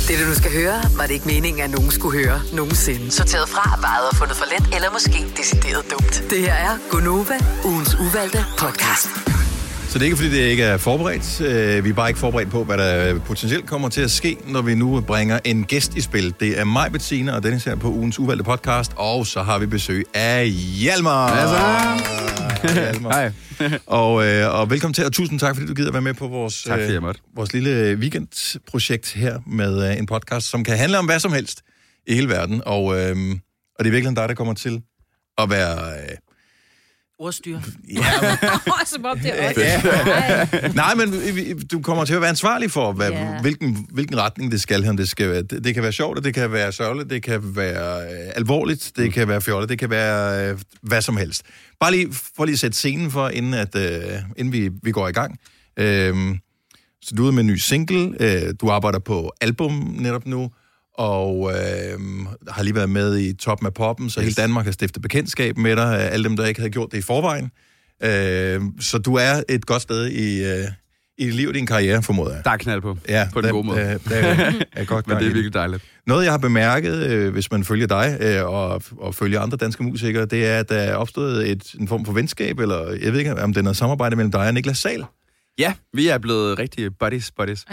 Det du skal høre, var det ikke meningen, at nogen skulle høre nogensinde. Sorteret fra, vejet og fundet for let, eller måske decideret dumt. Det her er Gonova, ugens uvalgte podcast. Så det er ikke, fordi det ikke er forberedt. Vi er bare ikke forberedt på, hvad der potentielt kommer til at ske, når vi nu bringer en gæst i spil. Det er mig, Bettina, og Dennis her på ugens uvalgte podcast. Og så har vi besøg af Hjalmar. Hej. Og velkommen til, og tusind tak, fordi du gider være med på vores lille weekendprojekt her med en podcast, som kan handle om hvad som helst i hele verden. Og det er virkelig dig, der kommer til at være... Ordstyr. Ja. Som om det er også. Nej, men du kommer til at være ansvarlig for, hvilken retning det skal hen. Det kan være sjovt, det kan være sørgeligt, det kan være alvorligt, det kan være fjollet, det kan være hvad som helst. Bare lige for at sætte scenen for, inden vi går i gang. Så du er ude med en ny single. Du arbejder på album netop nu, og har lige været med i Toppen af Poppen, så hele Danmark har stiftet bekendtskab med dig, alle dem, der ikke havde gjort det i forvejen. Så du er et godt sted i dit liv og din karriere, formoder jeg. Der er knald på. Ja, på den gode måde. Det er godt. Men det er virkelig dejligt. Noget, jeg har bemærket, hvis man følger dig og følger andre danske musikere, det er, at der er opstået en form for venskab, eller jeg ved ikke, om det er noget samarbejde mellem dig og Niklas Sahl. Ja, vi er blevet rigtig buddies.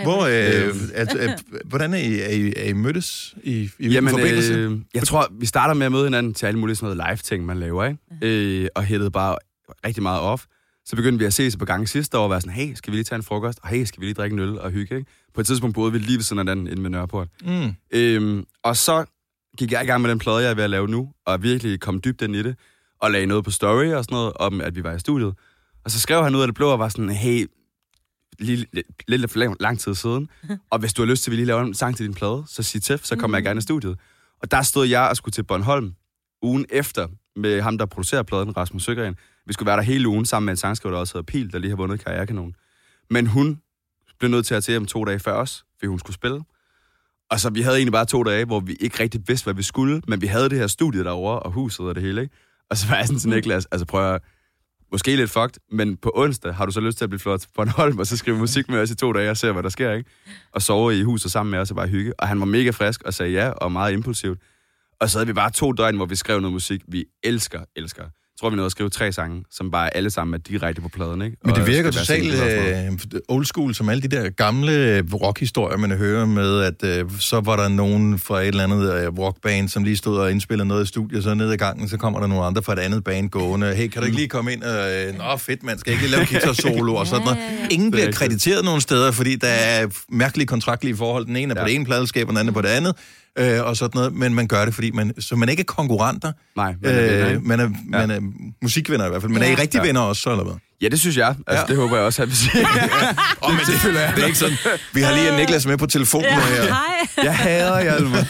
Hvordan er I mødtes i forbindelse? Jeg tror, vi starter med at møde hinanden til alle mulige sådan noget live-ting, man laver, ikke? Og hættede bare rigtig meget off. Så begyndte vi at ses på gange sidste år og være sådan, hey, skal vi lige tage en frokost? Og hey, skal vi lige drikke en øl og hygge, ikke? På et tidspunkt boede vi lige ved sådan anden inde med Nørreport. Og så gik jeg i gang med den plade, jeg er ved at lave nu, og virkelig kom dybt ind i det, og lagde noget på story og sådan noget, om at vi var i studiet. Og så skrev han ud af det blå og var sådan, hey, lidt for lang tid siden, og hvis du har lyst til, at vi lige laver en sang til din plade, så sig til, så kommer jeg gerne i studiet. Og der stod jeg og skulle til Bornholm ugen efter, med ham, der producerer pladen, Rasmus Søgren. Vi skulle være der hele ugen sammen med en sangskriver, der også hedder Pil, der lige har vundet Karrierekanon. Men hun blev nødt til at tage hjem 2 dage før os, fordi hun skulle spille. Og så vi havde egentlig bare 2 dage, hvor vi ikke rigtig vidste, hvad vi skulle, men vi havde det her studie derovre, og huset og det hele, ikke? Og så var jeg sådan til Niklas, altså prøv at måske lidt fucked, men på onsdag har du så lyst til at blive flot på Bornholm, og så skrive musik med os i 2 dage og se, hvad der sker, ikke? Og sove i huset sammen med os og bare hygge. Og han var mega frisk og sagde ja, og meget impulsivt. Og så havde vi bare 2 døgn, hvor vi skrev noget musik, vi elsker. Jeg tror, vi nåede at skrive 3 sange, som bare alle sammen er direkte på pladen, ikke? Men det virker totalt old school, som alle de der gamle rockhistorier, man hører med, at så var der nogen fra et eller andet rockband, som lige stod og indspillede noget i studiet, så ned ad gangen, så kommer der nogle andre fra et andet band gående. Hey, kan du ikke lige komme ind og... fedt, man skal ikke lige lave guitar-solo og sådan noget. Ingen bliver krediteret nogen steder, fordi der er mærkelige kontraktlige forhold. Den ene er på det ene pladeskab, og den anden er på det andet. Og sådan noget, men man gør det, fordi så man ikke er konkurrenter. Nej, man er musikvenner i hvert fald. Men er I rigtig venner også, så eller hvad? Ja, det synes jeg. Altså, det håber jeg også, at vi siger. Men det er ikke sådan. Vi har lige Niklas med på telefonen her. Hej. Jeg hader Hjalmar.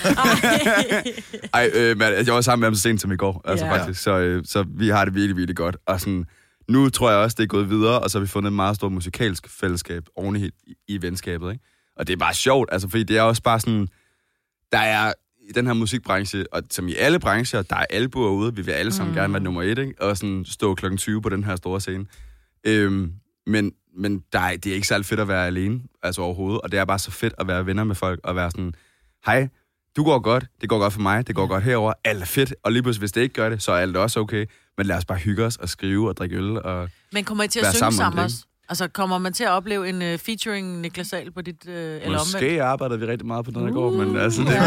Men jeg var sammen med ham så sent som i går, altså faktisk. Så vi har det virkelig, virkelig godt. Og sådan, nu tror jeg også, det er gået videre, og så har vi fundet et meget stort musikalsk fællesskab oven i venskabet, ikke? Og det er bare sjovt, altså, fordi det er også bare sådan... Der er i den her musikbranche, og som i alle brancher, der er albuer ude. Vi vil alle sammen gerne være nummer 1, ikke? Og sådan stå klokken 20 på den her store scene. Men det er ikke særlig fedt at være alene, altså overhovedet. Og det er bare så fedt at være venner med folk, og være sådan, hej, du går godt, det går godt for mig, det går godt herover, alt er fedt. Og lige pludselig, hvis det ikke gør det, så er alt også okay. Men lad os bare hygge os og skrive og drikke øl og... Men kommer I til at synge sammen også? Altså, kommer man til at opleve en featuring Niklas Sahl på dit eller omvendt? Måske arbejder vi rigtig meget på den, der går, men altså, det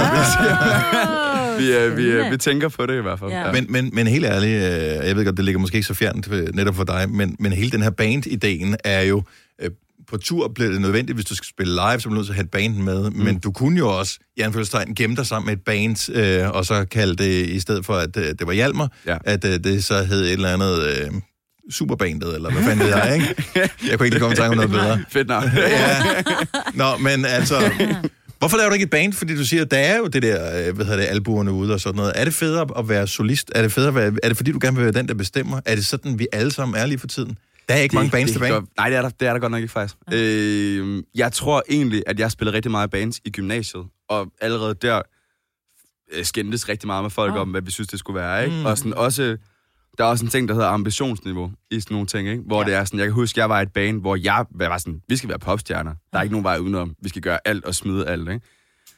er vi tænker på det i hvert fald. Ja. Men helt ærligt, jeg ved godt, det ligger måske ikke så fjernt netop for dig, men hele den her band-ideen er jo, på tur bliver det nødvendigt, hvis du skal spille live, så bliver du nødt til at have et band med, men du kunne jo også, i anførselstegn, gemme dig sammen med et band, og så kalde det, i stedet for, at det var Hjalmar, at det så hed et eller andet... Superbandet, eller hvad fanden det er, ikke? Jeg kunne ikke komme i tanke om noget bedre. Fedt nok. Ja. Nå, men altså... Hvorfor laver du ikke et band? Fordi du siger, der er jo det der, albuerne ude og sådan noget. Er det federe at være solist? Er det fordi, du gerne vil være den, der bestemmer? Er det sådan, vi alle sammen er lige for tiden? Der er ikke mange bands tilbage. Nej, det er der godt nok ikke, faktisk. Jeg tror egentlig, at jeg spillede rigtig meget bands i gymnasiet, og allerede der skændtes rigtig meget med folk om, hvad vi synes, det skulle være, ikke? Og sådan også... Der er også en ting, der hedder ambitionsniveau i sådan nogle ting, ikke? Hvor det er sådan, jeg kan huske, jeg var i et band, hvor jeg var sådan, vi skal være popstjerner. Der er ikke nogen vej udenom. Vi skal gøre alt og smide alt, ikke?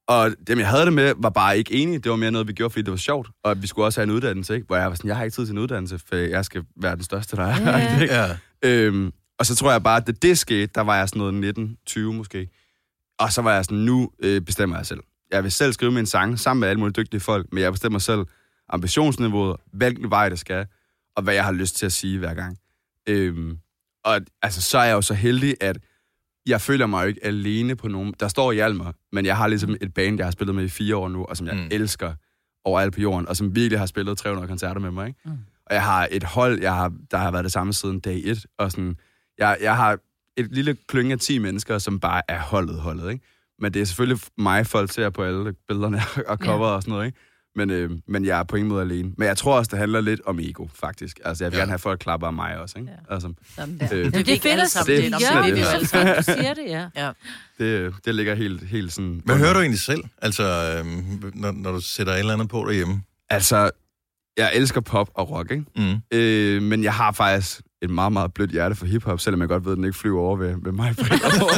Og dem, jeg havde det med, var bare ikke enige. Det var mere noget, vi gjorde, fordi det var sjovt. Og vi skulle også have en uddannelse, ikke? Hvor jeg var sådan, jeg har ikke tid til en uddannelse, for jeg skal være den største, der er. Ja. Og så tror jeg bare, at det skete, der var jeg sådan noget 19-20 måske. Og så var jeg sådan, nu bestemmer jeg selv. Jeg vil selv skrive min sang sammen med alle mulige dygtige folk, men jeg bestemmer selv ambitionsniveauet, hvilken vej det skal, og hvad jeg har lyst til at sige hver gang. Og altså, så er jeg jo så heldig, at jeg føler mig jo ikke alene på nogen. Der står Hjalmar, men jeg har ligesom et band, jeg har spillet med i 4 år nu, og som jeg elsker overalt på jorden, og som virkelig har spillet 300 koncerter med mig. Ikke? Og jeg har et hold, der har været det samme siden dag 1, og sådan, jeg har et lille klynge af 10 mennesker, som bare er holdet, ikke? Men det er selvfølgelig mig, folk ser på alle billederne og cover og sådan noget, ikke? Men jeg er på ingen måde alene. Men jeg tror også, det handler lidt om ego, faktisk. Altså, jeg vil gerne have folk klapper af mig også, ikke? Ja. Altså, det er fedt, at du siger det, ja. Det ligger helt sådan... Hvad hører du egentlig selv? Altså, når du sætter et eller andet på derhjemme? Altså, jeg elsker pop og rock, ikke? Men jeg har faktisk et meget, meget blødt hjerte for hiphop, selvom jeg godt ved, at den ikke flyver over ved mig på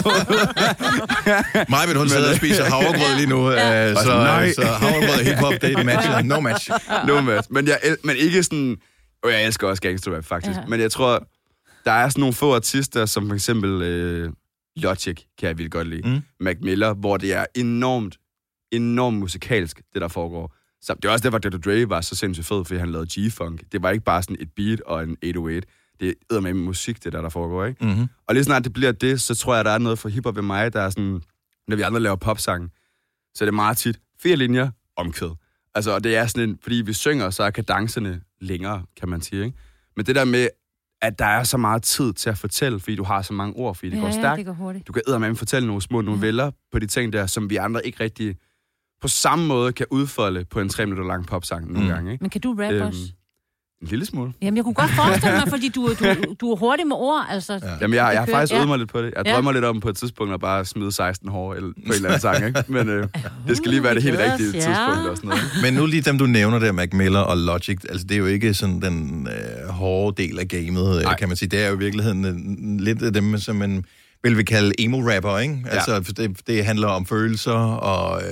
Mig vil hun sidde og spise havregrød lige nu, så havregrød og hiphop, det er et match. No match. No match. Men ikke sådan... jeg elsker også gangsterrap, faktisk. Ja. Men jeg tror, der er sådan nogle få artister, som for eksempel Logic, kan jeg virkelig godt lide. Mac Miller, hvor det er enormt musikalsk, det der foregår. Så det er også derfor, at Dr. Dre var så sindssygt fed, fordi han lavede G-funk. Det var ikke bare sådan et beat og en 808. Det er med musik, det der foregår, ikke? Mm-hmm. Og lige snart det bliver det, så tror jeg, der er noget for hiphop ved mig, der er sådan, når vi andre laver popsange, så er det meget tit 4 linjer omkvæd. Altså, og det er sådan fordi vi synger, så er kadencerne længere, kan man sige, ikke? Men det der med, at der er så meget tid til at fortælle, fordi du har så mange ord, fordi det går stærkt. Det går hurtigt. Du kan eddermame fortælle nogle små noveller på de ting der, som vi andre ikke rigtig på samme måde kan udfolde på en 3 minutter lang popsang nogle gange, ikke? Men kan du rappe også? En lille smule. Jamen, jeg kunne godt forestille mig, fordi du er hurtig med ord, altså. Ja. Jamen, jeg har faktisk øvet mig lidt på det. Jeg drømmer lidt om på et tidspunkt at bare smide 16 hår eller på en eller anden sang, ikke? Men det skal lige være det helt rigtige tidspunkt og sådan noget. Men nu lige dem, du nævner der, Mac Miller og Logic, altså det er jo ikke sådan den hårde del af gamet, kan man sige. Det er jo i virkeligheden lidt af dem, som man vil kalde emo-rapper, ikke? Altså, det handler om følelser og...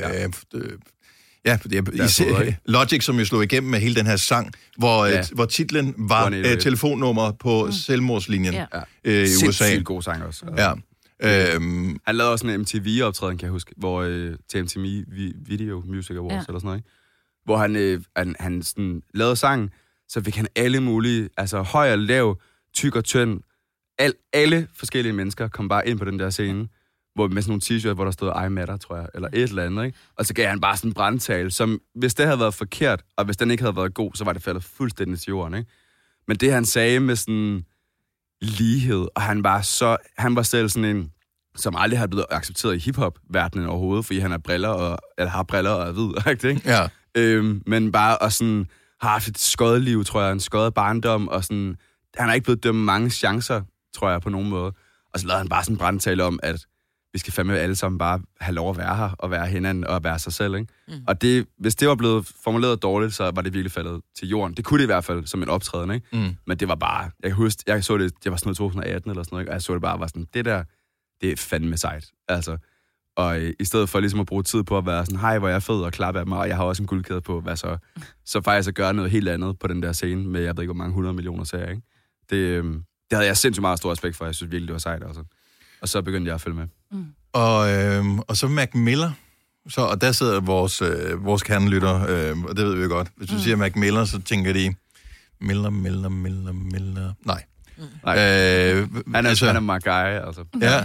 Logic, som jo slog igennem med hele den her sang, hvor titlen var telefonnummer på selvmordslinjen i USA. Sindssygt god sang også. Ja. Han lavede også en MTV-optræden, kan jeg huske, hvor til MTV Video Music Awards eller sådan noget, ikke? Hvor han sådan lavede sangen, så fik han alle mulige, altså høj og lav, tyk og tynd, alle forskellige mennesker kom bare ind på den der scene, hvor med sådan nogle t-shirts, hvor der stod I Matter, tror jeg, eller et eller andet, ikke? Og så gav han bare sådan en brandtale, som hvis det havde været forkert, og hvis den ikke havde været god, så var det faldet fuldstændig til jorden, ikke? Men det han sagde med sådan lighed, og han var selv sådan en, som aldrig har blevet accepteret i hiphop-verdenen overhovedet, fordi han har briller og er hvid, ikke? Ja. Men bare og sådan har haft et skøjet liv, tror jeg, en skøjet barndom, og sådan, han har ikke blevet dømt mange chancer, tror jeg, på nogen måde. Og så lavede han bare sådan en brandtale om, at vi skal fandme alle sammen bare have lov at være her, og være hinanden, og være sig selv, ikke? Og hvis det var blevet formuleret dårligt, så var det virkelig faldet til jorden. Det kunne det i hvert fald, som en optræden, ikke? Men det var bare, jeg kan huske, jeg så det var sådan noget 2018 eller sådan noget, ikke? Og jeg så det bare var sådan, det der, det er fandme sejt, altså. Og i stedet for ligesom at bruge tid på at være sådan, hej, hvor jeg er fed, og klappe af mig, og jeg har også en guldkæde på, hvad så faktisk at gøre noget helt andet på den der scene, med jeg ved ikke, hvor mange 100 millioner serier, ikke? Det havde jeg sindssygt meget stor respekt for, jeg synes virkelig, det var sejt, altså. Og så begyndte jeg at følge med. Og så Mac Miller, og der sidder vores kernelytter, og det ved vi jo godt. Hvis du siger Mac Miller, så tænker de, Miller. Nej. Han er my guy, altså.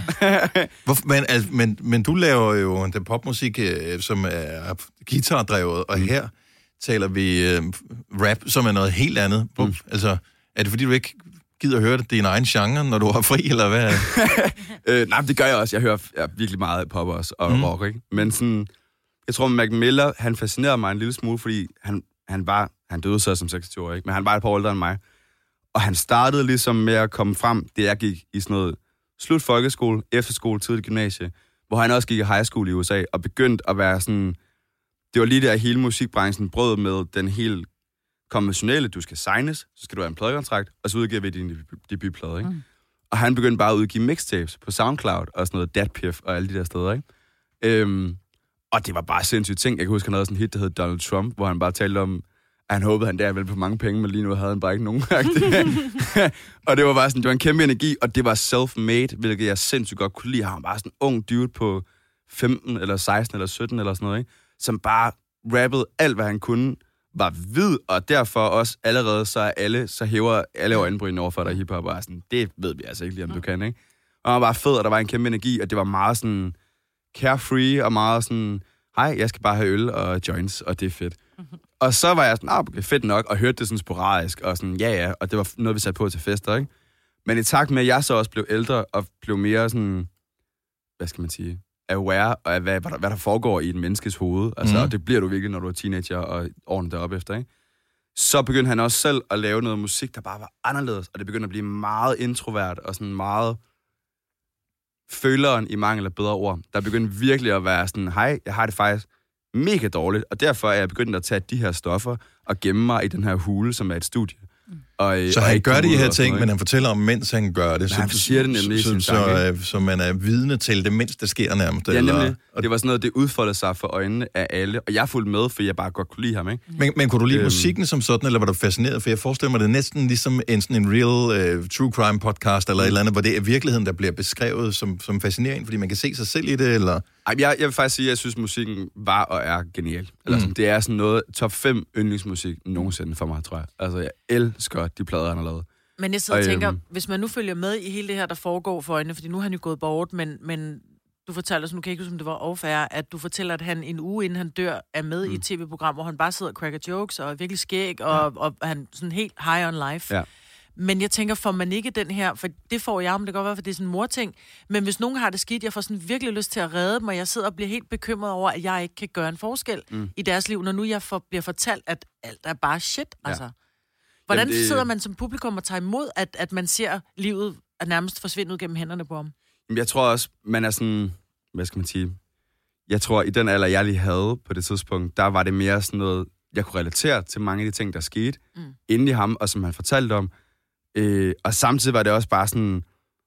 Ja. Men du laver jo den popmusik, som er guitardrevet, og her taler vi rap, som er noget helt andet. Altså, er det fordi, du ikke gider at høre din egen genre, når du har fri, eller hvad? Nej, det gør jeg også. Jeg hører virkelig meget pop også, og rock, ikke? Men sådan, jeg tror, Mac Miller, han fascinerede mig en lille smule, fordi han døde så som 26 år, ikke? Men han var et par år ældre end mig. Og han startede ligesom med at komme frem, det jeg gik i sådan noget slut folkeskole, efterskole, tidlig gymnasie, hvor han også gik i high school i USA, og begyndte at være sådan, det var lige der hele musikbranchen brød med den helt konventionelle, du skal signes, så skal du have en pladekontrakt, og så udgiver vi din debutplade, ikke? Og han begyndte bare at udgive mixtapes på SoundCloud, og sådan noget DatPiff og alle de der steder, ikke? Og det var bare sindssygt ting. Jeg kan huske, han havde sådan en hit, der hed Donald Trump, hvor han bare talte om, at han håbede, han der ville på mange penge, men lige nu havde han bare ikke nogen. Og det var bare sådan, det var en kæmpe energi, og det var self-made, hvilket jeg sindssygt godt kunne lide. Han var bare sådan en ung dude på 15 eller 16 eller 17 eller sådan noget, ikke? Som bare rappede alt, hvad han kunne, var hvid, og derfor også allerede så hæver alle øjenbrynene over for dig hiphop, og sådan, det ved vi altså ikke lige, om du kan, ikke? Og han var bare fed, og der var en kæmpe energi, og det var meget sådan carefree, og meget sådan, hej, jeg skal bare have øl og joints, og det er fedt. Og så var jeg sådan, okay, fedt nok, og hørte det sådan sporadisk, og sådan, ja, og det var noget, vi satte på til fester, ikke? Men i takt med, at jeg så også blev ældre, og blev mere sådan, hvad skal man sige, aware af, hvad der foregår i et menneskes hoved, altså, og det bliver du virkelig, når du er teenager, og ordner det op efter, ikke? Så begyndte han også selv at lave noget musik, der bare var anderledes, og det begyndte at blive meget introvert, og sådan meget føleren i mangel af bedre ord. Der begyndte virkelig at være sådan, hej, jeg har det faktisk mega dårligt, og derfor er jeg begyndt at tage de her stoffer og gemme mig i den her hule, som er et studie. Så han gør de her ting, men han fortæller om, mens han gør det. Han siger det nemlig i sin sang. Så man er vidne til det, mens det sker nærmest. Ja, nemlig. Det var sådan noget, det udfoldede sig for øjnene af alle, og jeg fulgte med, for jeg bare godt kunne lide ham, ikke? Men kunne du lide musikken som sådan, eller var du fascineret? For jeg forestiller mig, det er næsten ligesom sådan en real true crime podcast, eller et eller andet, hvor det er virkeligheden, der bliver beskrevet som fascinerende, fordi man kan se sig selv i det, eller... Jeg vil faktisk sige, at jeg synes, musikken var og er genial. Eller sådan, det er sådan noget top 5 yndlingsmusik nogensinde for mig, tror jeg. Altså, jeg elsker de plader, han har lavet. Men jeg sidder og tænker, hvis man nu følger med i hele det her, der foregår for øjnene, fordi nu har han jo gået bort, men du fortæller, så nu kan jeg ikke huske, om det var off-air, at du fortæller, at han en uge inden han dør, er med i et tv-program, hvor han bare sidder og cracker jokes, og er virkelig skæg, og han sådan helt high on life. Ja. Men jeg tænker, får man ikke den her, for det får jeg, om det kan godt være, for det er sådan en morting, men hvis nogen har det skidt, jeg får sådan virkelig lyst til at redde dem, og jeg sidder og bliver helt bekymret over, at jeg ikke kan gøre en forskel i deres liv, når nu jeg bliver fortalt, at alt er bare shit, altså. Hvordan sidder man som publikum og tager imod, at man ser livet er nærmest forsvinde ud gennem hænderne på ham? Jeg tror også, man er sådan, hvad skal man sige, jeg tror, i den alder, jeg lige havde på det tidspunkt, der var det mere sådan noget, jeg kunne relatere til mange af de ting, der skete inde i ham, og som han fortalte om. Og samtidig var det også bare sådan,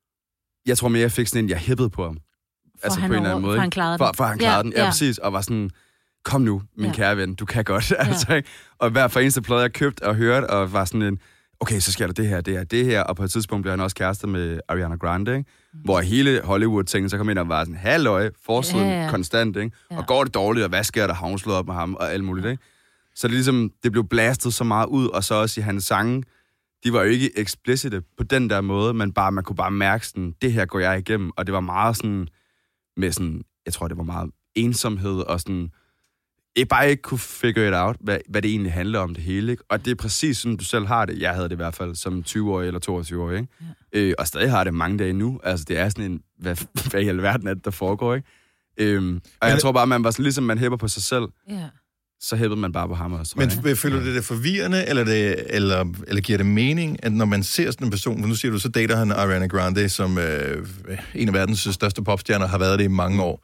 jeg tror mere, jeg fik sådan en, jeg hæppede på ham. Altså på en eller anden måde. For han klarede den. For han klarede den, ja, præcis. Og var sådan, kom nu, min kære ven, du kan godt. Altså, ikke? Og hver for eneste plade, jeg købte og hørte, og var sådan en, okay, så sker der det her. Og på et tidspunkt blev han også kæreste med Ariana Grande, ikke? Hvor hele Hollywood tænkte, så kom ind og var sådan, halløj, forsiden konstant, ikke? Og går det dårligt, og hvad sker der? Har hun slået op med ham, og alt muligt, ikke? Så det ligesom, det blev blastet så meget ud, og så også i hans sange, de var jo ikke explicite på den der måde, men bare, man kunne bare mærke sådan, det her går jeg igennem, og det var meget sådan, med sådan, jeg tror, det var meget ensomhed, og sådan, jeg bare ikke kunne figure it out, hvad det egentlig handler om det hele, ikke? Og det er præcis sådan, du selv har det. Jeg havde det i hvert fald som 20-årig eller 22-årig, ikke? Og stadig har det mange dage nu. Altså, det er sådan en, hvad i alverden er det, der foregår, ikke? Og jeg tror bare, man var sådan, ligesom man hæpper på sig selv, så hæppede man bare på ham også. Men føler du det forvirrende, eller giver det mening, at når man ser sådan en person, nu siger du, så dater han Ariana Grande, som en af verdens største popstjerner, har været det i mange år.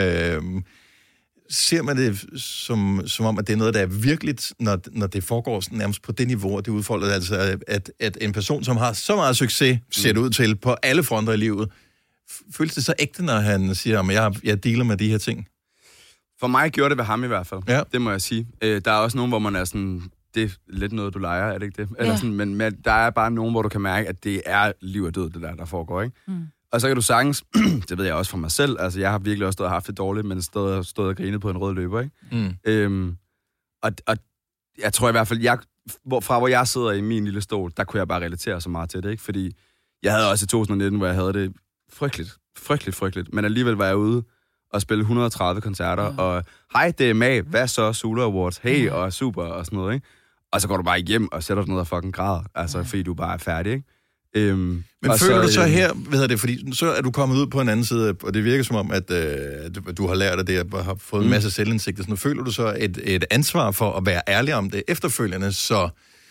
Ser man det som om, at det er noget, der er virkeligt, når det foregår sådan nærmest på det niveau, og det udfolder, altså at en person, som har så meget succes, ser det ud til på alle fronter i livet, føles det så ægte, når han siger, at jeg dealer med de her ting? For mig gjorde det ved ham i hvert fald. Ja. Det må jeg sige. Der er også nogen, hvor man er sådan, det er lidt noget, du leger, er det ikke det? Eller sådan, men der er bare nogen, hvor du kan mærke, at det er liv og død, det der foregår, ikke? Og så kan du sagtens, det ved jeg også fra mig selv, altså jeg har virkelig også stået og haft det dårligt, men stået og grinet på en rød løber, ikke? Og jeg tror i hvert fald, fra hvor jeg sidder i min lille stol, der kunne jeg bare relatere så meget til det, ikke? Fordi jeg havde også i 2019, hvor jeg havde det frygteligt, men alligevel var jeg ude og spille 130 koncerter, og hej, det er Mag, hvad så, Zulu Awards, hey, og super, og sådan noget, ikke? Og så går du bare hjem og sætter dig ned og fucking græder, altså fordi du bare er færdig, ikke? Men føler du så her, fordi så er du kommet ud på en anden side, og det virker som om, at du har lært af det, og har fået en masse selvindsigt, så nu føler du så et ansvar for at være ærlig om det efterfølgende, så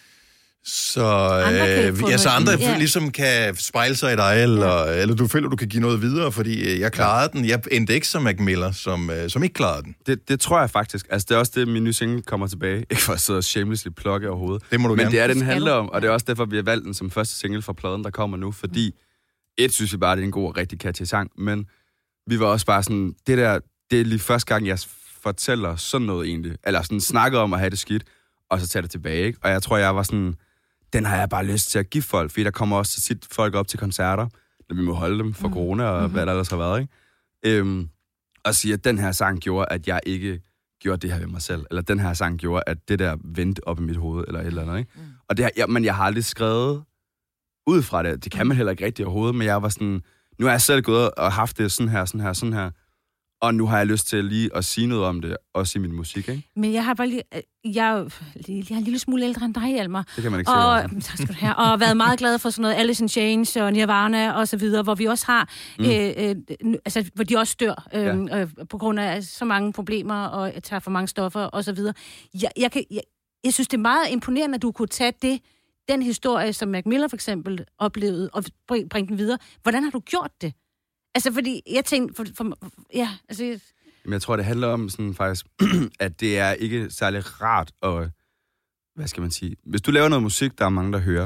andre ligesom kan spejle sig i dig, eller du føler, du kan give noget videre, fordi jeg klarede den. Jeg endte ikke som Mac Miller, som ikke klarede den. Det tror jeg faktisk. Altså, det er også det, min nye single kommer tilbage. Ikke for at sidde og shamelessly plukke overhovedet. Det må du Men gerne. det er det, den handler om, og det er også derfor, vi har valgt den som første single fra pladen, der kommer nu, fordi synes vi bare, det er en god og rigtig catchy sang, men vi var også bare sådan, det er lige første gang, jeg fortæller sådan noget egentlig. Eller sådan snakker om at have det skidt, og så tager det tilbage, ikke? Og jeg tror, jeg var sådan, den har jeg bare lyst til at give folk, fordi der kommer også tit folk op til koncerter, når vi må holde dem for corona, og hvad der ellers har været, ikke? Og sige, at den her sang gjorde, at jeg ikke gjorde det her ved mig selv, eller den her sang gjorde, at det der vendte op i mit hoved, eller et eller andet, ikke? Og det her, men jeg har aldrig skrevet ud fra det. Det kan man heller ikke rigtig overhovedet, men jeg var sådan, nu har jeg selv gået og haft det sådan her, og nu har jeg lyst til lige at sige noget om det, også i min musik, ikke? Men jeg har bare lige... Jeg er en lille smule ældre end dig, Hjalmar. Det kan man ikke sige. Tak skal du have. Og været meget glad for sådan noget Alice in Chains og Nirvana og så videre, hvor vi også har... altså, hvor de også dør på grund af så mange problemer og tager for mange stoffer og så videre. Jeg synes, det er meget imponerende, at du kunne tage den historie, som Mac Miller for eksempel oplevede, og bringe den videre. Hvordan har du gjort det? Altså, fordi jeg tænkte... Men jeg tror, det handler om sådan faktisk, at det er ikke særlig rart at... Hvad skal man sige? Hvis du laver noget musik, der er mange, der hører,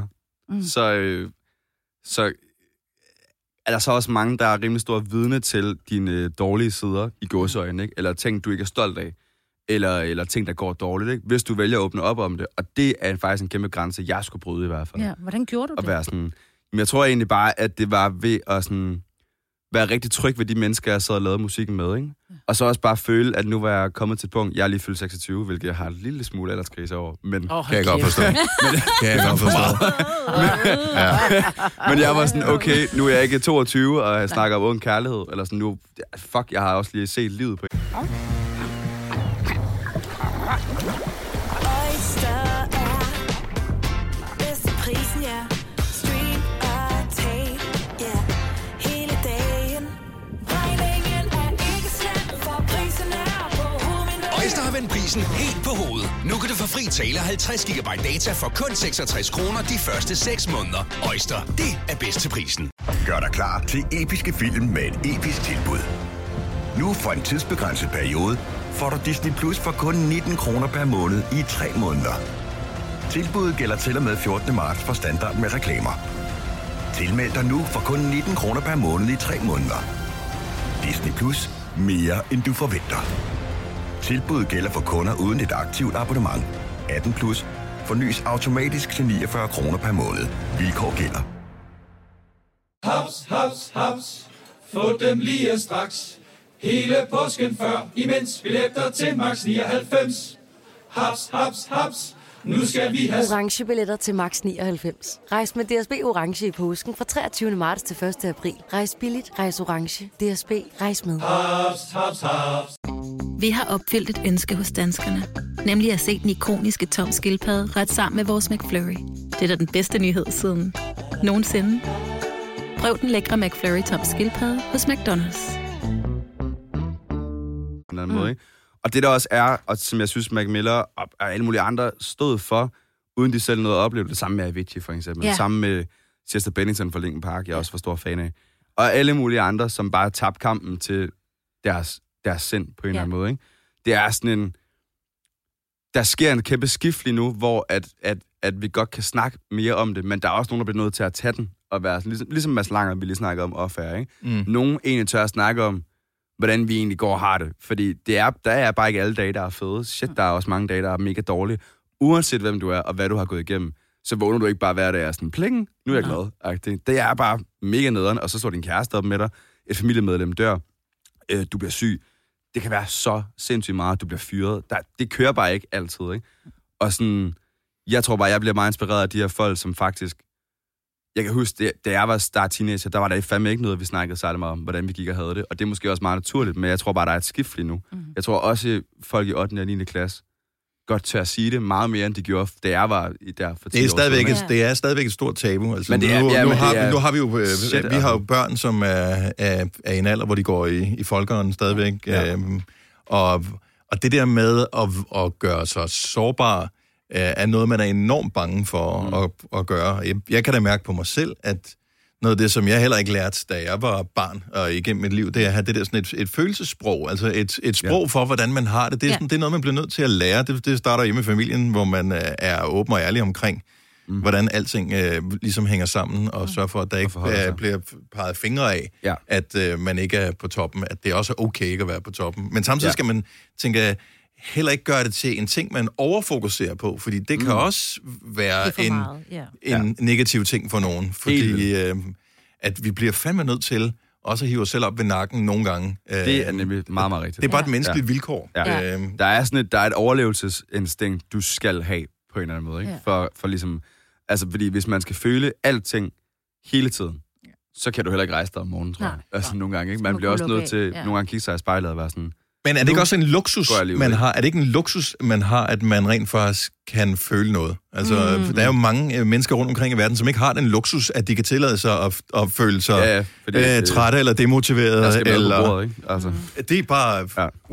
så er der så også mange, der er rimelig stor vidne til dine dårlige sider i gåseøjne, ikke? Eller ting, du ikke er stolt af. Eller ting, der går dårligt, ikke? Hvis du vælger at åbne op om det. Og det er faktisk en kæmpe grænse, jeg skulle bryde i hvert fald. Ja, hvordan gjorde du det? At være sådan... Men jeg tror egentlig bare, at det var ved at sådan... være rigtig tryg ved de mennesker, jeg sad og lavede musikken med, ikke? Og så også bare føle, at nu var jeg kommet til et punkt, jeg er lige fyldt 26, hvilket jeg har en lille smule alderskrise over, men... Kan jeg godt forstå. Men jeg var sådan, okay, nu er jeg ikke 22, og jeg snakker om ung kærlighed, eller sådan nu... Fuck, jeg har også lige set livet på. Vend prisen helt på hovedet. Nu kan du få fri tale 50 GB data for kun 66 kroner de første 6 måneder. Oyster, det er bedst til prisen. Gør dig klar til episke film med et episk tilbud. Nu for en tidsbegrænset periode får du Disney Plus for kun 19 kroner per måned i 3 måneder. Tilbuddet gælder til og med 14. marts for standard med reklamer. Tilmeld dig nu for kun 19 kroner per måned i 3 måneder. Disney Plus. Mere end du forventer. Tilbuddet gælder for kunder uden et aktivt abonnement. 18 plus. Fornyes automatisk til 49 kroner per måned. Vilkår gælder. Haps, haps, haps. Få dem lige straks. Hele påsken før, imens billetter til max 99. Haps, haps, haps. Nu skal vi have orange billetter til max 99. Rejs med DSB orange i påsken fra 23. marts til 1. april. Rejs billigt, rejs orange. DSB, rejs med. haps, haps, haps. Vi har opfyldt et ønske hos danskerne. Nemlig at se den ikoniske Tom Skildpadde ret sammen med vores McFlurry. Det er da den bedste nyhed siden nogensinde. Prøv den lækre McFlurry Tom Skildpadde hos McDonald's. Og det der også er, og som jeg synes Mac Miller og alle mulige andre stod for, uden de selv noget at opleve, det samme med Avicii for eksempel, det samme med Chester Bennington fra Linkin Park, jeg også var stor fan af, og alle mulige andre, som bare tabte kampen til deres sind på en eller anden måde, ikke? Det er sådan en... Der sker en kæmpe skift lige nu, hvor at vi godt kan snakke mere om det, men der er også nogen, der bliver nødt til at tage den, og være ligesom Mads Langer, vi lige snakkede om off-air, ikke? Nogen egentlig tør at snakke om, hvordan vi egentlig går og har det. Fordi der er bare ikke alle dage, der er fede. Shit, der er også mange dage, der er mega dårlige. Uanset hvem du er, og hvad du har gået igennem, så vågner du ikke bare hver dag og sådan, pling, nu er jeg glad. Det er bare mega nederen, og så står din kæreste op med dig, et familiemedlem dør, du bliver syg. Det kan være så sindssygt meget, du bliver fyret. Det kører bare ikke altid, ikke? Og sådan, jeg tror bare, jeg bliver meget inspireret af de her folk, som faktisk... Jeg kan huske, da jeg var teenager, der var der fandme ikke noget, vi snakkede særlig meget om, hvordan vi gik og havde det. Og det er måske også meget naturligt, men jeg tror bare, der er et skift lige nu. Jeg tror også, folk i 8. og 9. klasse godt tør at sige det meget mere, end de gjorde, da jeg var der for 10 år siden. Det er stadigvæk et stort tabu. Altså, men nu har vi jo vi har jo børn, som er i en alder, hvor de går i folkeren stadigvæk. Ja. Og det der med at gøre sig sårbar, er noget, man er enormt bange for at gøre. Jeg kan da mærke på mig selv, at noget af det, som jeg heller ikke lærte, da jeg var barn og igennem mit liv, det er at have det der sådan et følelsessprog, altså et sprog for, hvordan man har det. Det er noget, man bliver nødt til at lære. Det starter hjemme i familien, hvor man er åben og ærlig omkring, hvordan alting ligesom hænger sammen, og sørge for, at der ikke bliver peget fingre af, at man ikke er på toppen, at det også er okay ikke at være på toppen. Men samtidig skal man tænke, heller ikke gøre det til en ting, man overfokuserer på, fordi det kan også være en negativ ting for nogen, fordi at vi bliver fandme nødt til også at hive os selv op ved nakken nogle gange. Det er nemlig meget, meget rigtigt. Det er bare et menneskeligt vilkår. Ja. Der er et overlevelsesinstinkt, du skal have på en eller anden måde, ikke? For ligesom, altså fordi hvis man skal føle alting hele tiden, så kan du heller ikke rejse dig om morgenen, tror jeg. Altså nogle gange, ikke? Man bliver også nødt til nogle gange kigge sig i spejlet og være sådan... Men er det ikke også en luksus, man har? Er det ikke en luksus, man har, at man rent faktisk kan føle noget? Altså, der er jo mange mennesker rundt omkring i verden, som ikke har den luksus, at de kan tillade sig at føle sig trætte eller demotiveret. Eller bordet, ikke? Altså. Det er bare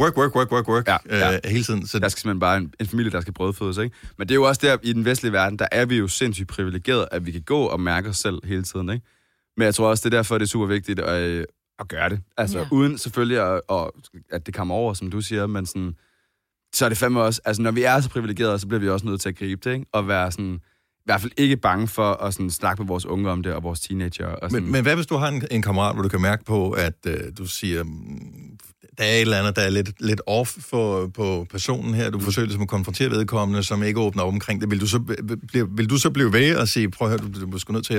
work hele tiden. Så der skal simpelthen bare en familie, der skal brødfødes, ikke? Men det er jo også der, i den vestlige verden, der er vi jo sindssygt privilegeret, at vi kan gå og mærke os selv hele tiden, ikke? Men jeg tror også, det er derfor, det er super vigtigt at gøre det. Altså, uden selvfølgelig at det kommer over, som du siger, men sådan, så er det fandme også, altså når vi er så privilegerede, så bliver vi også nødt til at gribe det, ikke? Og være sådan, i hvert fald ikke bange for at sådan, snakke med vores unge om det, og vores teenager. Og sådan. Men hvad hvis du har en kammerat, hvor du kan mærke på, at du siger, der er et eller andet, der er lidt off på personen her, du forsøger ligesom at konfrontere vedkommende, som ikke åbner op omkring det. Vil du så blive ved og sige, prøv at høre, du er sgu nødt til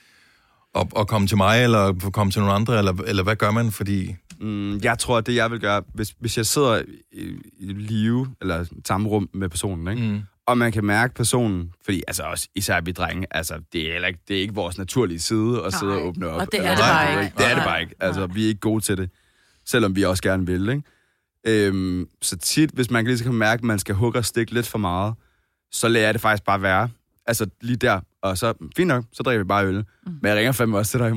at komme til mig, eller komme til nogle andre, eller hvad gør man, fordi... Jeg tror, at det jeg vil gøre, hvis jeg sidder i live, eller samme rum med personen, ikke? Og man kan mærke personen, fordi altså også især vi drenge, altså det er ikke vores naturlige side at sidde og åbne op. Og det er det bare ikke. Det er det bare ikke. Altså vi er ikke gode til det, selvom vi også gerne vil, ikke? Så tit, hvis man kan lige så kan mærke, at man skal hugge og stikke lidt for meget, så lader jeg det faktisk bare være. Altså lige der, og så, fint nok, så drikker vi bare øl. Men jeg ringer fandme også til dig i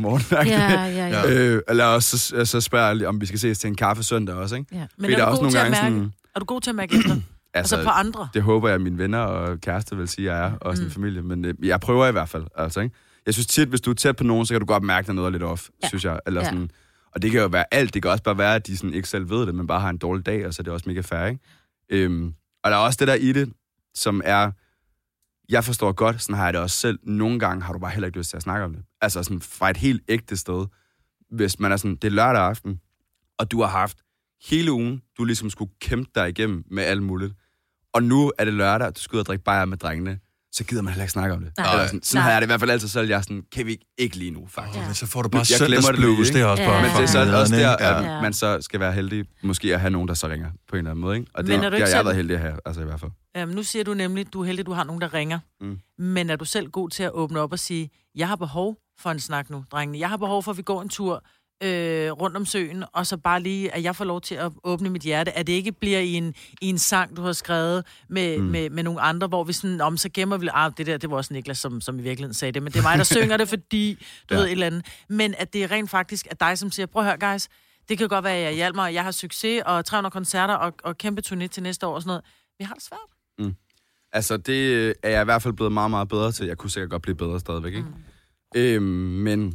morgen. Eller også, så spørger jeg, om vi skal ses til en kaffe søndag også, ikke? Ja. Men er du god til at mærke efter? Altså på andre? Det håber jeg, at mine venner og kæreste vil sige, at jeg er, og sådan en familie. Men jeg prøver i hvert fald, altså, ikke? Jeg synes tit, hvis du er tæt på nogen, så kan du godt mærke, at noget er lidt off, synes jeg. Eller sådan, og det kan jo være alt. Det kan også bare være, at de sådan ikke selv ved det, men bare har en dårlig dag, og så er det også mega fair, ikke? Og der er også det der i det, som er... Jeg forstår godt, sådan har jeg det også selv. Nogle gange har du bare heller ikke lyst til at snakke om det. Altså sådan fra et helt ægte sted. Hvis man er sådan, det er lørdag aften, og du har haft hele ugen, du ligesom skulle kæmpe dig igennem med alt muligt. Og nu er det lørdag, og du skal ud og drikke bajer med drengene. Så gider man heller ikke snakke om det. Sådan har jeg det i hvert fald altid selv. Jeg er sådan, kan vi ikke lige nu, faktisk. Men så får du bare søndagsblues, det er også bare... Men det er så også der, at man så skal være heldig, måske at have nogen, der så ringer på en eller anden måde, ikke? Og det har jeg været heldig at have, altså i hvert fald. Nu siger du nemlig, at du er heldig, at du har nogen, der ringer. Men er du selv god til at åbne op og sige, jeg har behov for en snak nu, drengene. Jeg har behov for, at vi går en tur rundt om søen, og så bare lige, at jeg får lov til at åbne mit hjerte. At det ikke bliver i en sang, du har skrevet med nogle andre, hvor vi sådan, så gemmer vi, det var også Niklas, som i virkeligheden sagde det, men det er mig, der synger det, fordi du ved et eller andet. Men at det er rent faktisk at dig, som siger, prøv at høre, guys, det kan godt være, at jeg hjælper mig, og jeg har succes, og 300 koncerter, og kæmpe turné til næste år og sådan noget. Vi har det svært. Altså, det er jeg i hvert fald blevet meget, meget bedre til. Jeg kunne sikkert godt blive bedre stadigvæk, ikke? Men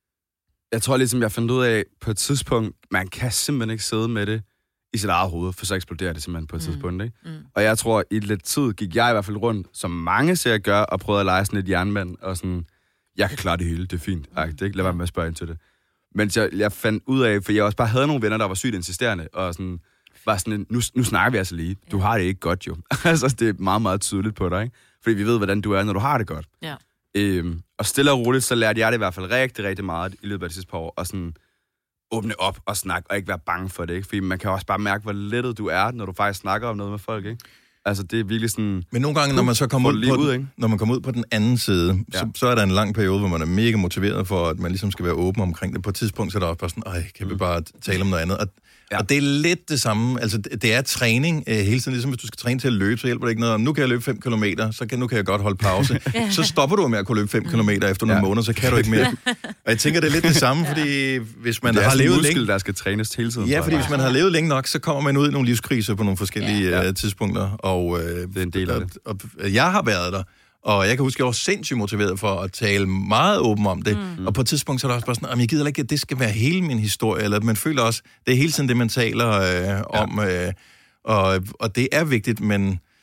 jeg tror ligesom, jeg fandt ud af på et tidspunkt, man kan simpelthen ikke sidde med det i sit eget hoved, for så eksploderer det simpelthen på et tidspunkt, ikke? Og jeg tror, i lidt tid gik jeg i hvert fald rundt, som mange ser jeg gør, og prøvede at lege sådan et jernmand, og sådan, jeg kan klare det hele, det er fint, ikke? Lad være med at spørge ind til det. Men jeg fandt ud af, for jeg også bare havde nogle venner, der var sygt insisterende, og sådan, var sådan, nu snakker vi altså lige. Du har det ikke godt, jo. Altså, det er meget, meget tydeligt på dig, ikke? Fordi vi ved, hvordan du er, når du har det godt. Ja. Og stille og roligt, så lærte jeg det i hvert fald rigtig, rigtig meget i løbet af de sidste par år, og sådan åbne op og snakke, og ikke være bange for det, ikke? Fordi man kan også bare mærke, hvor lettet du er, når du faktisk snakker om noget med folk, ikke? Altså, det er virkelig sådan... Men nogle gange, når man så kommer når man kommer ud på den anden side, så er der en lang periode, hvor man er mega motiveret for, at man ligesom skal være åben omkring det. På et tidspunkt, så er der også bare sådan, kan vi bare tale om noget andet? Og det er lidt det samme. Altså, det er træning hele tiden. Ligesom hvis du skal træne til at løbe, så hjælper det ikke noget. Nu kan jeg løbe 5 kilometer, nu kan jeg godt holde pause. Så stopper du med at kunne løbe 5 kilometer efter nogle måneder, så kan du ikke mere. Og jeg tænker, det er lidt det samme, fordi hvis man har levet længe... der skal trænes hele tiden. Ja, fordi hvis man har levet længe nok, så kommer man ud i nogle livskriser på nogle forskellige tidspunkter. Og det er en del af det. Og jeg har været der. Og jeg kan huske, at jeg var sindssygt motiveret for at tale meget åben om det. Og på et tidspunkt så er der også bare sådan, jeg gider ikke, at det skal være hele min historie. Eller man føler også, det er hele tiden det, man taler om. Og det er vigtigt, men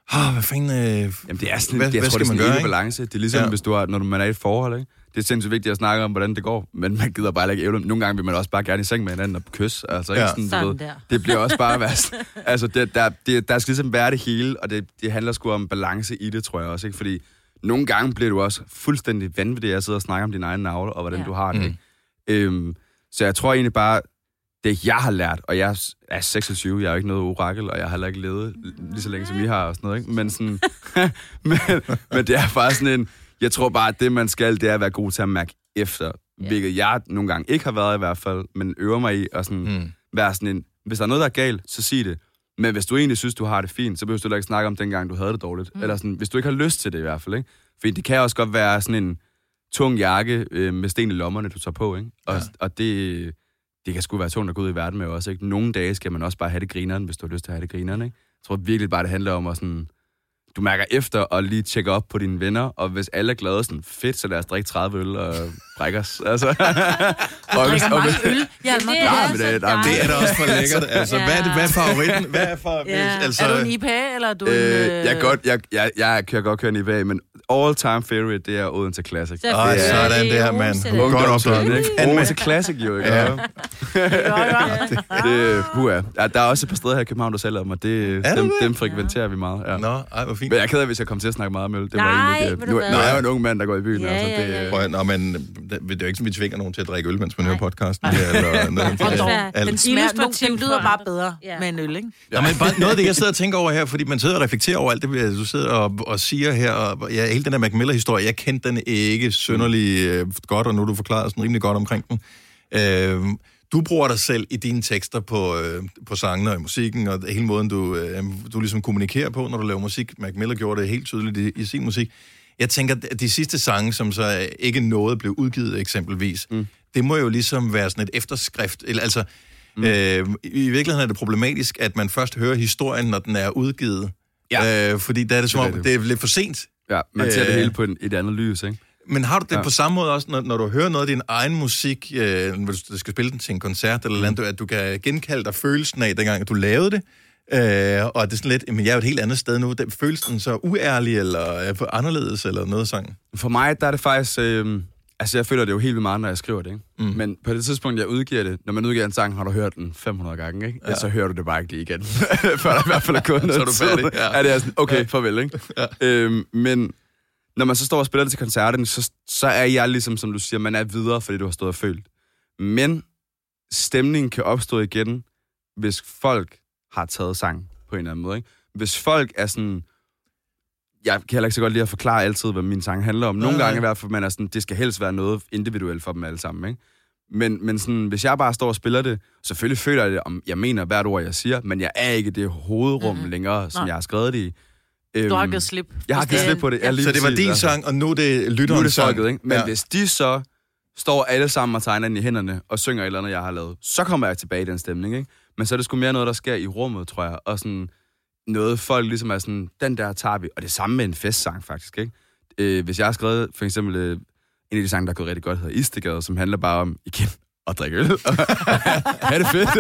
hvad fanden... Jamen, det er sådan, jeg tror, det er sådan en balance. Det er ligesom, hvis når man er i et forhold, ikke? Det er sindssygt vigtigt at snakke om, hvordan det går, men man gider bare ikke ævle. Nogle gange vil man også bare gerne i seng med hinanden og kysse. Altså, ikke sådan, du ved, det bliver også bare værst. Altså, der skal ligesom være det hele, og det handler sgu om balance i det, tror jeg også, ikke? Fordi nogle gange bliver du også fuldstændig vanvittig at sidde og snakke om din egen navle, og hvordan du har det, ikke? Så jeg tror egentlig bare, det jeg har lært, og jeg er 26, jeg er jo ikke noget orakel, og jeg har heller ikke levet lige så længe, som I har og sådan noget, ikke? Men sådan, men det er bare sådan en, jeg tror bare, at det man skal, det er at være god til at mærke efter, hvilket jeg nogle gange ikke har været i hvert fald, men øver mig i at sådan, være sådan en, hvis der er noget, der er galt, så sig det. Men hvis du egentlig synes, du har det fint, så behøver du ikke snakke om dengang, du havde det dårligt. Eller sådan, hvis du ikke har lyst til det i hvert fald, ikke? Fordi det kan også godt være sådan en tung jakke med sten i lommerne, du tager på, ikke? Og det kan sgu være tungt at gå ud i verden med også, ikke? Nogle dage skal man også bare have det grineren, hvis du har lyst til at have det grineren, ikke? Jeg tror virkelig bare, det handler om at sådan... Du mærker efter og lige tjekke op på dine venner, og hvis alle er glade, sådan fedt, så lad os drikke 30 øl og brække os. Altså. Drikker mange øl? Ja, det er da også for lækkert. Altså, hvad er favoritten? Hvad er for... Altså... Er du en IPA, eller er du Jeg kan godt køre en IPA, men all-time favorite, det er Odense Classic. Sådan der, mand. Godt opdaget, ikke? Odense Classic, jo, ikke? Ja. Der er også et par steder her i København, der sælger dem, og dem frekventerer vi meget. Ja. Nå, hvor fint. Men jeg er ked af, hvis jeg kom til at snakke meget om øl. Det var egentlig nu er jeg jo en ung mand, der går i byen. Nå, men det er jo ikke, som vi tvinger nogen til at drikke øl, mens man hører podcasten. Den lyder bare bedre med en øl, ikke? Ja, men bare noget af det, jeg sidder og tænker over her, fordi man sidder og reflekterer over alt det, du sidder og siger her, og hele den der Mac Miller-historie, jeg kendte den ikke synderlig godt, og nu du forklarer sådan rimelig godt omkring den. Du bruger dig selv i dine tekster på sangene og i musikken, og hele måden, du ligesom kommunikerer på, når du laver musik. Mac Miller gjorde det helt tydeligt i sin musik. Jeg tænker, at de sidste sange, som så ikke nåede blev udgivet eksempelvis, det må jo ligesom være sådan et efterskrift. Altså, i virkeligheden er det problematisk, at man først hører historien, når den er udgivet. Ja. Fordi der er det som om, det er lidt for sent. Ja, man ser det hele på et andet lys, ikke? Men har du det på samme måde også, når du hører noget af din egen musik, når du skal spille den til en koncert eller andet, at du kan genkalde dig følelsen af, dengang du lavede det, og det er sådan lidt, men jeg er jo et helt andet sted nu. Føles den så uærlig eller anderledes eller noget sang? For mig, der er det faktisk... Altså, jeg føler det jo helt vildt meget, når jeg skriver det, ikke? Men på det tidspunkt, jeg udgiver det, når man udgiver en sang, har du hørt den 500 gange, ikke? Så hører du det bare ikke lige igen. Før der i hvert fald er gået noget. Så er du færdig. Ja, det er sådan, okay, farvel, ikke? Ja. Men når man så står og spiller det til koncerten, så er jeg ligesom, som du siger, man er videre, fordi du har stået og følt. Men stemningen kan opstå igen, hvis folk har taget sang på en eller anden måde, ikke? Hvis folk er sådan... Jeg kan heller ikke så godt lide at forklare altid, hvad min sang handler om. Nogle gange i hvert fald, man er sådan, det skal helst være noget individuelt for dem alle sammen, ikke? Men sådan, hvis jeg bare står og spiller det, selvfølgelig føler jeg det, om jeg mener hvert ord, jeg siger, men jeg er ikke det hovedrum længere, som jeg har skrevet det i. Du har givet slip. Jeg har givet slip på det. Ja, så det var din sang, og nu er det lytterens sang. Ikke? Men hvis de så står alle sammen og tegner den i hænderne, og synger et eller andet, jeg har lavet, så kommer jeg tilbage i den stemning, ikke? Men så er det sgu mere noget, der sker i rummet, tror jeg, og sådan... Noget folk ligesom er sådan, den der tager vi. Og det samme med en festsang, faktisk, ikke? Hvis jeg har skrevet, for eksempel, en af de sange, der er gået rigtig godt, hedder Istegade, som handler bare om, igen, at drikke øl. Er det fedt?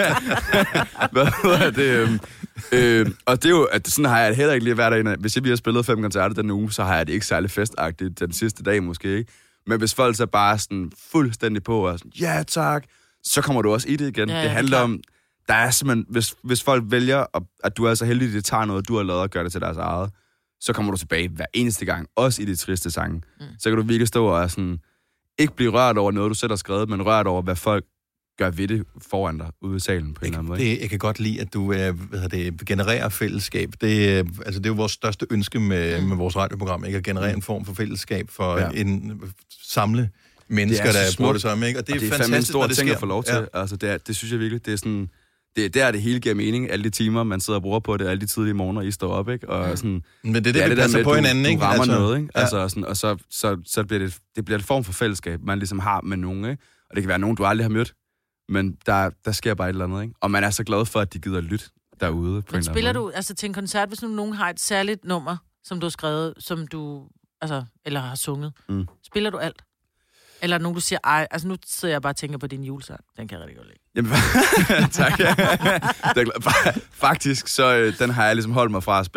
Hvad hedder det? Og det er jo, at sådan har jeg det heller ikke lige været derinde. Hvis jeg lige har spillet 5 koncerter den uge, så har jeg det ikke særlig festagtigt den sidste dag, måske, ikke? Men hvis folk så bare sådan fuldstændig på, og sådan, ja tak, så kommer du også i det igen. Ja, det handler om... Der er simpelthen, hvis folk vælger, at du er så heldig, at det tager noget, du har lavet og gør det til deres eget, så kommer du tilbage hver eneste gang, også i de triste sange. Så kan du virkelig stå og sådan, ikke blive rørt over noget, du selv har skrevet, men rørt over, hvad folk gør ved det foran dig ude i salen på en eller anden måde. Jeg kan godt lide, at du genererer fællesskab. Det er jo vores største ønske med vores radioprogram, ikke? At generere en form for fællesskab for en samle mennesker, der er på det samme, ikke? Og det er fantastisk, en stor ting at få lov til. Ja. Altså, det synes jeg virkelig, det er sådan... Det er der, det hele giver mening. Alle de timer, man sidder og bruger på det, alle de tidlige morgener, I står op, ikke? Og sådan, men det er det, vi passer på hinanden, ikke? Du rammer noget, ikke? Ja. Altså, sådan, og så bliver det bliver en form for fællesskab, man ligesom har med nogen, ikke? Og det kan være nogen, du aldrig har mødt, men der sker bare et eller andet, ikke? Og man er så glad for, at de gider lytte derude. På men spiller du altså til en koncert, hvis nu nogen har et særligt nummer, som du har skrevet, som du, altså, eller har sunget? Spiller du alt? Eller nogen, du siger, ej, altså nu sidder jeg bare og tænker på din julesang. Den kan jeg rigtig godt lide. Jamen, tak. Faktisk, så den har jeg ligesom holdt mig fra at spille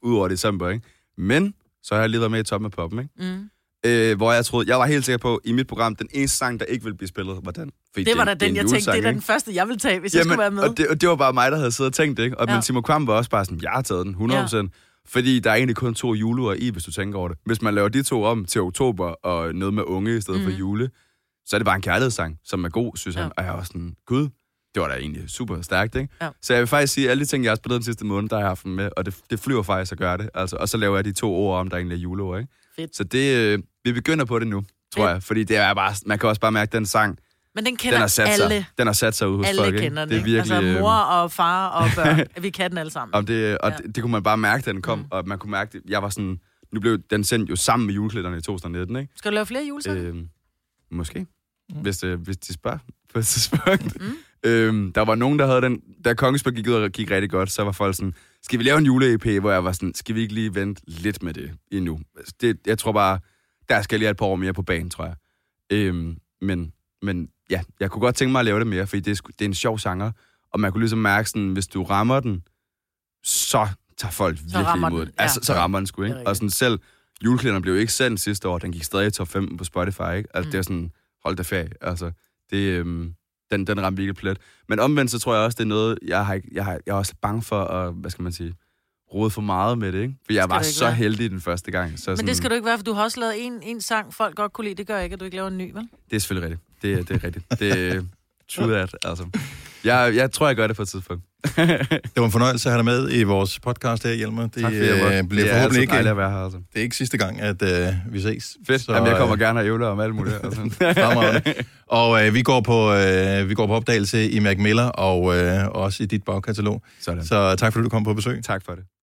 ud over december, ikke? Men så har jeg lige været med i Toppen af Poppen, ikke? Hvor jeg var helt sikker på, i mit program, den eneste sang, der ikke ville blive spillet, var den. Det var da den, jeg tænkte, det er den første, jeg ville tage, hvis jeg skulle være med. Og det var bare mig, der havde siddet og tænkt, ikke? Men Simon Kvam var også bare sådan, jeg har taget den 100%. Ja. Fordi der er egentlig kun 2 juleure i, hvis du tænker over det. Hvis man laver de 2 om til oktober, og noget med unge i stedet for jule, så er det bare en kærlighedssang, som er god, synes han. Og jeg var sådan, gud, det var da egentlig super stærkt, ikke? Ja. Så jeg vil faktisk sige, at alle de ting, jeg har spillet den sidste måned, der har jeg haft med, og det flyver faktisk at gøre det. Altså, og så laver jeg de 2 ord om, der egentlig er juleord, ikke? Fedt. Så det, vi begynder på det nu, tror jeg. Fordi det er bare, man kan også bare mærke, den sang, men den kender alle. Den har sat sig ud hos alle folk, kender ikke? Den, det er virkelig, altså mor og far og børn, vi kan den alle sammen. Det kunne man bare mærke, da den kom, og man kunne mærke det. Jeg var sådan, nu blev den sendt jo sammen med juleklitterne i 2019, ikke? Skal du lave flere julesange? Måske. Hvis de spørger på et tidspunkt. Der var nogen, der havde den, da Kongespil gik ud og gik rigtig godt, så var folk sådan, skal vi lave en jule-EP, hvor jeg var sådan, skal vi ikke lige vente lidt med det endnu? Jeg tror bare, der skal lige et par år mere på banen, tror jeg. Men ja, jeg kunne godt tænke mig at lave det mere, fordi det er en sjov genre, og man kunne ligesom mærke sådan, hvis du rammer den, så tager folk virkelig imod det. Ja. Altså, så rammer den sgu, ikke? Og sådan selv, juleklæderne blev jo ikke sendt sidste år, den gik stadig i top 15 på Spotify, ikke? Altså det er sådan, hold da ferie, altså. Det, den ramte virkelig plet. Men omvendt, så tror jeg også, det er noget, jeg er også bange for at, hvad skal man sige, rode for meget med det, ikke? For jeg var så heldig den første gang. Så men sådan, det skal du ikke være, for du har også lavet en sang, folk godt kunne lide. Det gør ikke, at du ikke laver en ny, vel? Det er selvfølgelig rigtigt. Det er rigtigt. Det er true that, altså. Jeg tror, jeg gør det på et tidspunkt. Det var en fornøjelse at have dig med i vores podcast her, Hjelmer. Det bliver forhåbentlig ikke at være her, altså. Det er ikke sidste gang, at vi ses. Fedt. Så, jamen, jeg kommer gerne og ævler om alt muligt. Altså. Og vi går på opdagelse i Mac Miller og også i dit bagkatalog. Sådan. Så tak fordi du kom på besøg. Tak for det.